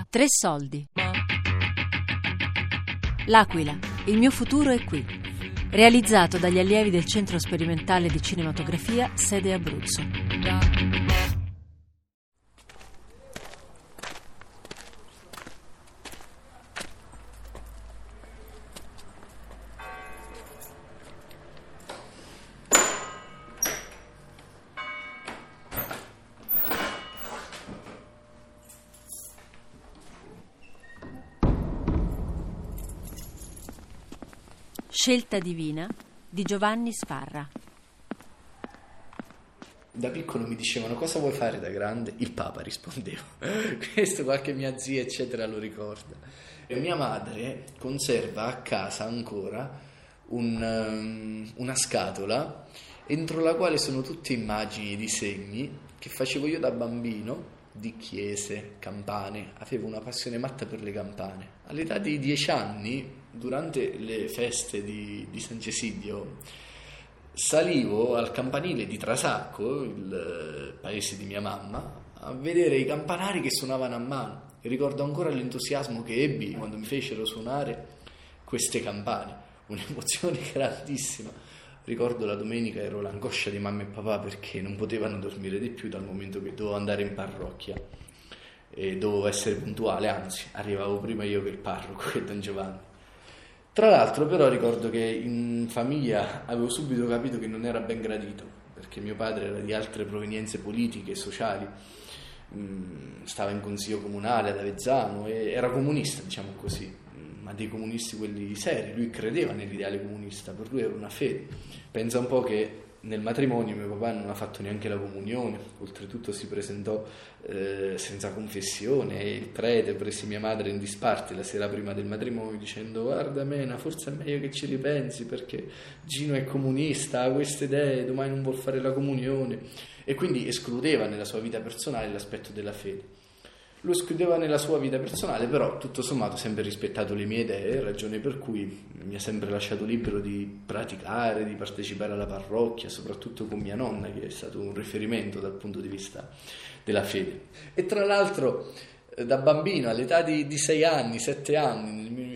Tre soldi. L'Aquila, il mio futuro è qui. Realizzato dagli allievi del Centro Sperimentale di Cinematografia, sede Abruzzo. Scelta divina di Giovanni Sfarra. Da piccolo mi dicevano: cosa vuoi fare da grande? Il Papa, rispondevo. Questo qualche mia zia eccetera lo ricorda. E mia madre conserva a casa ancora una scatola entro la quale sono tutte immagini e disegni che facevo io da bambino, di chiese, campane. Avevo una passione matta per le campane. All'età di 10 anni, durante le feste di San Cesidio, salivo al campanile di Trasacco, il paese di mia mamma, a vedere i campanari che suonavano a mano. E ricordo ancora l'entusiasmo che ebbi quando mi fecero suonare queste campane, un'emozione grandissima. Ricordo la domenica ero l'angoscia di mamma e papà perché non potevano dormire di più dal momento che dovevo andare in parrocchia e dovevo essere puntuale, anzi arrivavo prima io che il parroco, che Don Giovanni. Tra l'altro però ricordo che in famiglia avevo subito capito che non era ben gradito, perché mio padre era di altre provenienze politiche e sociali, stava in consiglio comunale ad Avezzano e era comunista, diciamo così, ma dei comunisti quelli seri. Lui credeva nell'ideale comunista, per lui era una fede. Pensa un po' che nel matrimonio mio papà non ha fatto neanche la comunione, oltretutto si presentò senza confessione e il prete prese mia madre in disparte la sera prima del matrimonio dicendo: guarda Mena, forse è meglio che ci ripensi perché Gino è comunista, ha queste idee, domani non vuol fare la comunione, e quindi escludeva nella sua vita personale l'aspetto della fede. Lo escludeva nella sua vita personale, però tutto sommato ha sempre rispettato le mie idee, ragione per cui mi ha sempre lasciato libero di praticare, di partecipare alla parrocchia, soprattutto con mia nonna, che è stato un riferimento dal punto di vista della fede. E tra l'altro da bambino, all'età di 6 anni, 7 anni, nel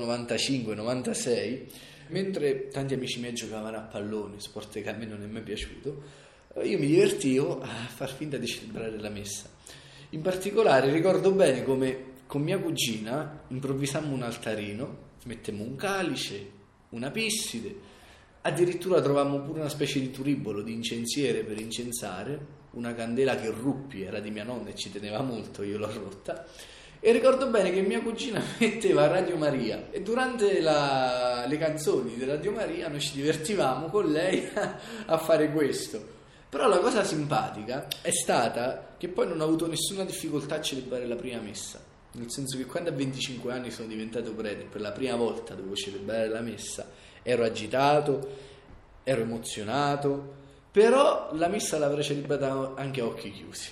1995-96, mentre tanti amici miei giocavano a pallone, sport che a me non è mai piaciuto, io mi divertivo a far finta di celebrare la messa. In particolare ricordo bene come con mia cugina improvvisammo un altarino, mettemmo un calice, una pisside, addirittura trovammo pure una specie di turibolo di incensiere per incensare, una candela che ruppi, era di mia nonna e ci teneva molto, io l'ho rotta, e ricordo bene che mia cugina metteva Radio Maria e durante le canzoni di Radio Maria noi ci divertivamo con lei a fare questo. Però la cosa simpatica è stata che poi non ho avuto nessuna difficoltà a celebrare la prima messa, nel senso che quando a 25 anni sono diventato prete per la prima volta dovevo celebrare la messa, ero agitato, ero emozionato, però la messa l'avrei celebrata anche a occhi chiusi.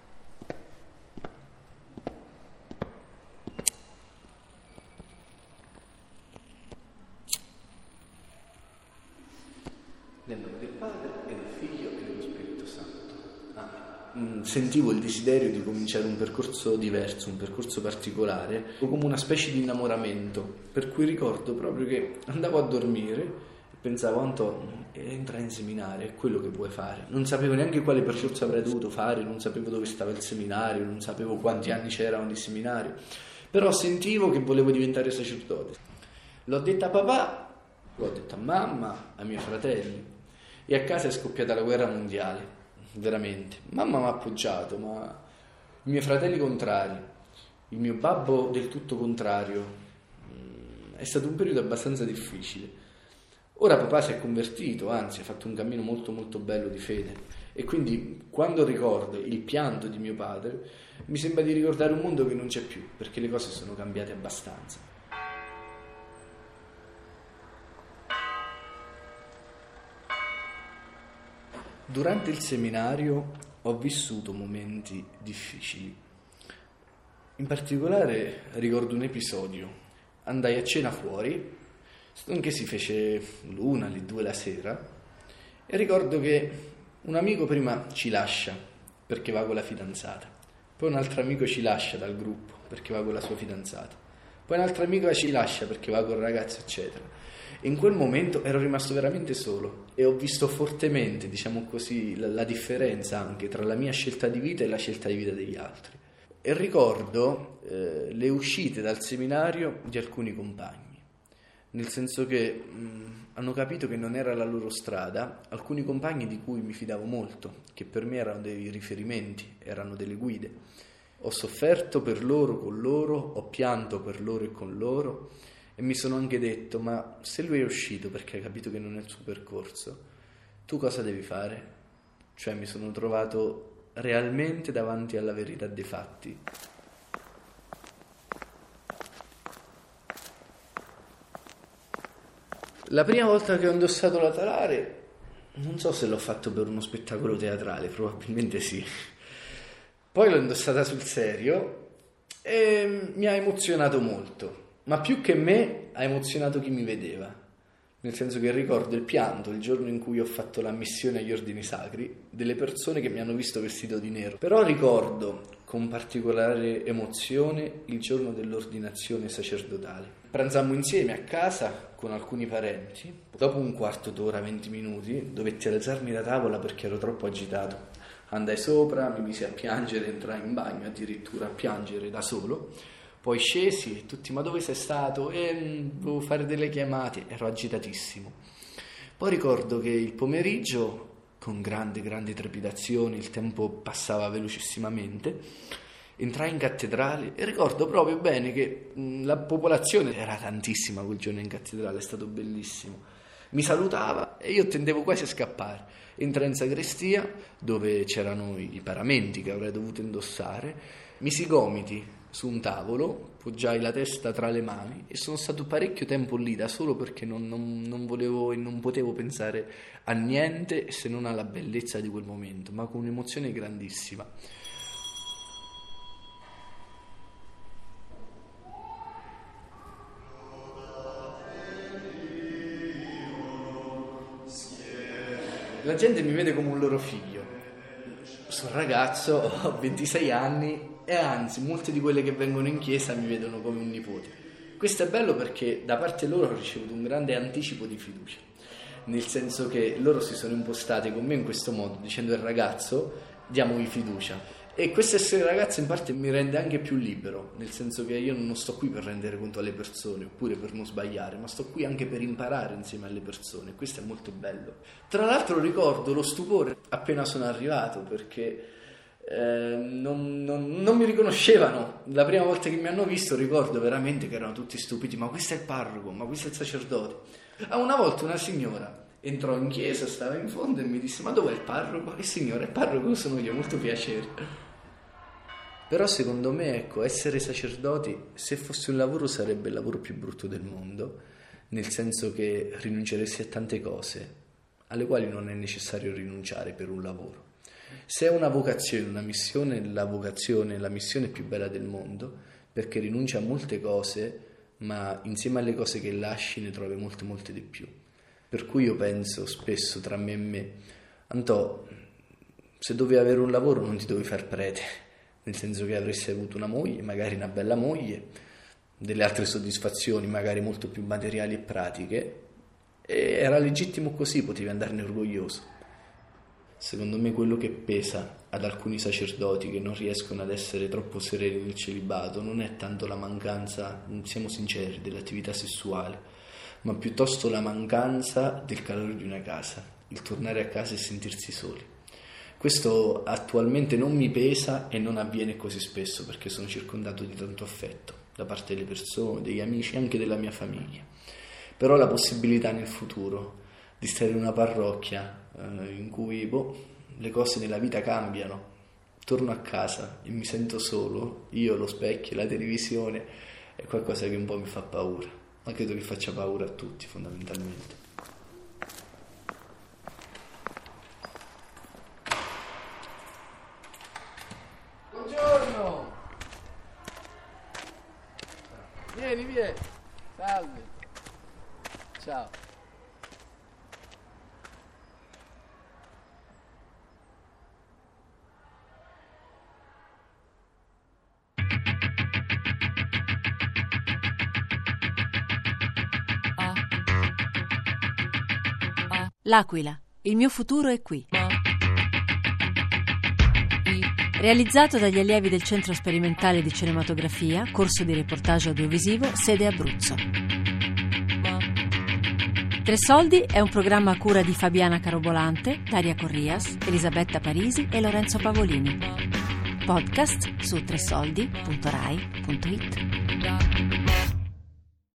Nel nome del Padre e del Figlio e dello Spirito Santo. Amen. Sentivo il desiderio di cominciare un percorso diverso, un percorso particolare, come una specie di innamoramento, per cui ricordo proprio che andavo a dormire e pensavo: Antonio, entra in seminario, è quello che vuoi fare. Non sapevo neanche quale percorso avrei dovuto fare, non sapevo dove stava il seminario, non sapevo quanti anni c'erano di seminario, però sentivo che volevo diventare sacerdote. L'ho detto a papà, l'ho detto a mamma, ai miei fratelli, e a casa è scoppiata la guerra mondiale, veramente. Mamma mi ha appoggiato, ma i miei fratelli contrari, il mio babbo del tutto contrario. È stato un periodo abbastanza difficile. Ora papà si è convertito, anzi ha fatto un cammino molto molto bello di fede, e quindi quando ricordo il pianto di mio padre mi sembra di ricordare un mondo che non c'è più, perché le cose sono cambiate abbastanza. Durante il seminario ho vissuto momenti difficili. In particolare ricordo un episodio. Andai a cena fuori, che si fece l'1, alle 2 la sera, e ricordo che un amico prima ci lascia perché va con la fidanzata. poi un altro amico ci lascia dal gruppo perché va con la sua fidanzata, poi un'altra amica ci lascia perché va col ragazzo, eccetera. E in quel momento ero rimasto veramente solo e ho visto fortemente, diciamo così, la differenza anche tra la mia scelta di vita e la scelta di vita degli altri. E ricordo le uscite dal seminario di alcuni compagni, nel senso che hanno capito che non era la loro strada, alcuni compagni di cui mi fidavo molto, che per me erano dei riferimenti, erano delle guide. Ho sofferto per loro, con loro, ho pianto per loro e con loro, e mi sono anche detto, ma se lui è uscito perché ha capito che non è il suo percorso, tu cosa devi fare? Cioè mi sono trovato realmente davanti alla verità dei fatti. La prima volta che ho indossato la talare, non so se l'ho fatto per uno spettacolo teatrale, probabilmente sì. Poi l'ho indossata sul serio e mi ha emozionato molto, ma più che me ha emozionato chi mi vedeva. Nel senso che ricordo il pianto il giorno in cui ho fatto l'ammissione agli ordini sacri delle persone che mi hanno visto vestito di nero. Però ricordo con particolare emozione il giorno dell'ordinazione sacerdotale. Pranzammo insieme a casa con alcuni parenti. Dopo un quarto d'ora, 20 minuti, dovetti alzarmi da tavola perché ero troppo agitato. Andai sopra, mi misi a piangere, entrai in bagno addirittura a piangere da solo. Poi scesi e tutti, ma dove sei stato? Dovevo fare delle chiamate, ero agitatissimo. Poi ricordo che il pomeriggio, con grande trepidazione, il tempo passava velocissimamente, entrai in cattedrale e ricordo proprio bene che la popolazione era tantissima quel giorno in cattedrale, è stato bellissimo. Mi salutava e io tendevo quasi a scappare. Entrai in sagrestia dove c'erano i paramenti che avrei dovuto indossare, misi i gomiti su un tavolo, poggiai la testa tra le mani e sono stato parecchio tempo lì da solo perché non volevo e non potevo pensare a niente se non alla bellezza di quel momento, ma con un'emozione grandissima. La gente mi vede come un loro figlio. Sono ragazzo, ho 26 anni e anzi molte di quelle che vengono in chiesa mi vedono come un nipote. Questo è bello perché da parte loro ho ricevuto un grande anticipo di fiducia, nel senso che loro si sono impostati con me in questo modo, dicendo al ragazzo diamogli fiducia. E questo essere ragazzo in parte mi rende anche più libero, nel senso che io non sto qui per rendere conto alle persone oppure per non sbagliare, ma sto qui anche per imparare insieme alle persone. Questo è molto bello. Tra l'altro ricordo lo stupore appena sono arrivato perché non mi riconoscevano. La prima volta che mi hanno visto ricordo veramente che erano tutti stupiti, ma questo è il parroco, ma questo è il sacerdote. Una volta una signora entrò in chiesa, stava in fondo e mi disse, ma dov'è il parroco? E signore, il parroco sono io, molto piacere. Però secondo me, ecco, essere sacerdoti, se fosse un lavoro sarebbe il lavoro più brutto del mondo, nel senso che rinunceresti a tante cose alle quali non è necessario rinunciare per un lavoro. Se è una vocazione, una missione, la missione più bella del mondo, perché rinunci a molte cose, ma insieme alle cose che lasci ne trovi molte di più. Per cui io penso spesso tra me e me, Antò, se dovevi avere un lavoro non ti dovevi far prete, nel senso che avresti avuto una moglie, magari una bella moglie, delle altre soddisfazioni magari molto più materiali e pratiche, e era legittimo così, potevi andarne orgoglioso. Secondo me quello che pesa ad alcuni sacerdoti che non riescono ad essere troppo sereni nel celibato non è tanto la mancanza, siamo sinceri, dell'attività sessuale, ma piuttosto la mancanza del calore di una casa, il tornare a casa e sentirsi soli. Questo attualmente non mi pesa e non avviene così spesso perché sono circondato di tanto affetto da parte delle persone, degli amici e anche della mia famiglia. Però la possibilità nel futuro di stare in una parrocchia in cui le cose nella vita cambiano, torno a casa e mi sento solo, io, lo specchio, la televisione, è qualcosa che un po' mi fa paura, ma credo che faccia paura a tutti fondamentalmente. Buongiorno! Vieni, salve! Ciao! L'Aquila, il mio futuro è qui. Realizzato dagli allievi del Centro Sperimentale di Cinematografia, corso di reportage audiovisivo, sede Abruzzo. Tre Soldi è un programma a cura di Fabiana Carobolante, Daria Corrias, Elisabetta Parisi e Lorenzo Pavolini. Podcast su tresoldi.rai.it.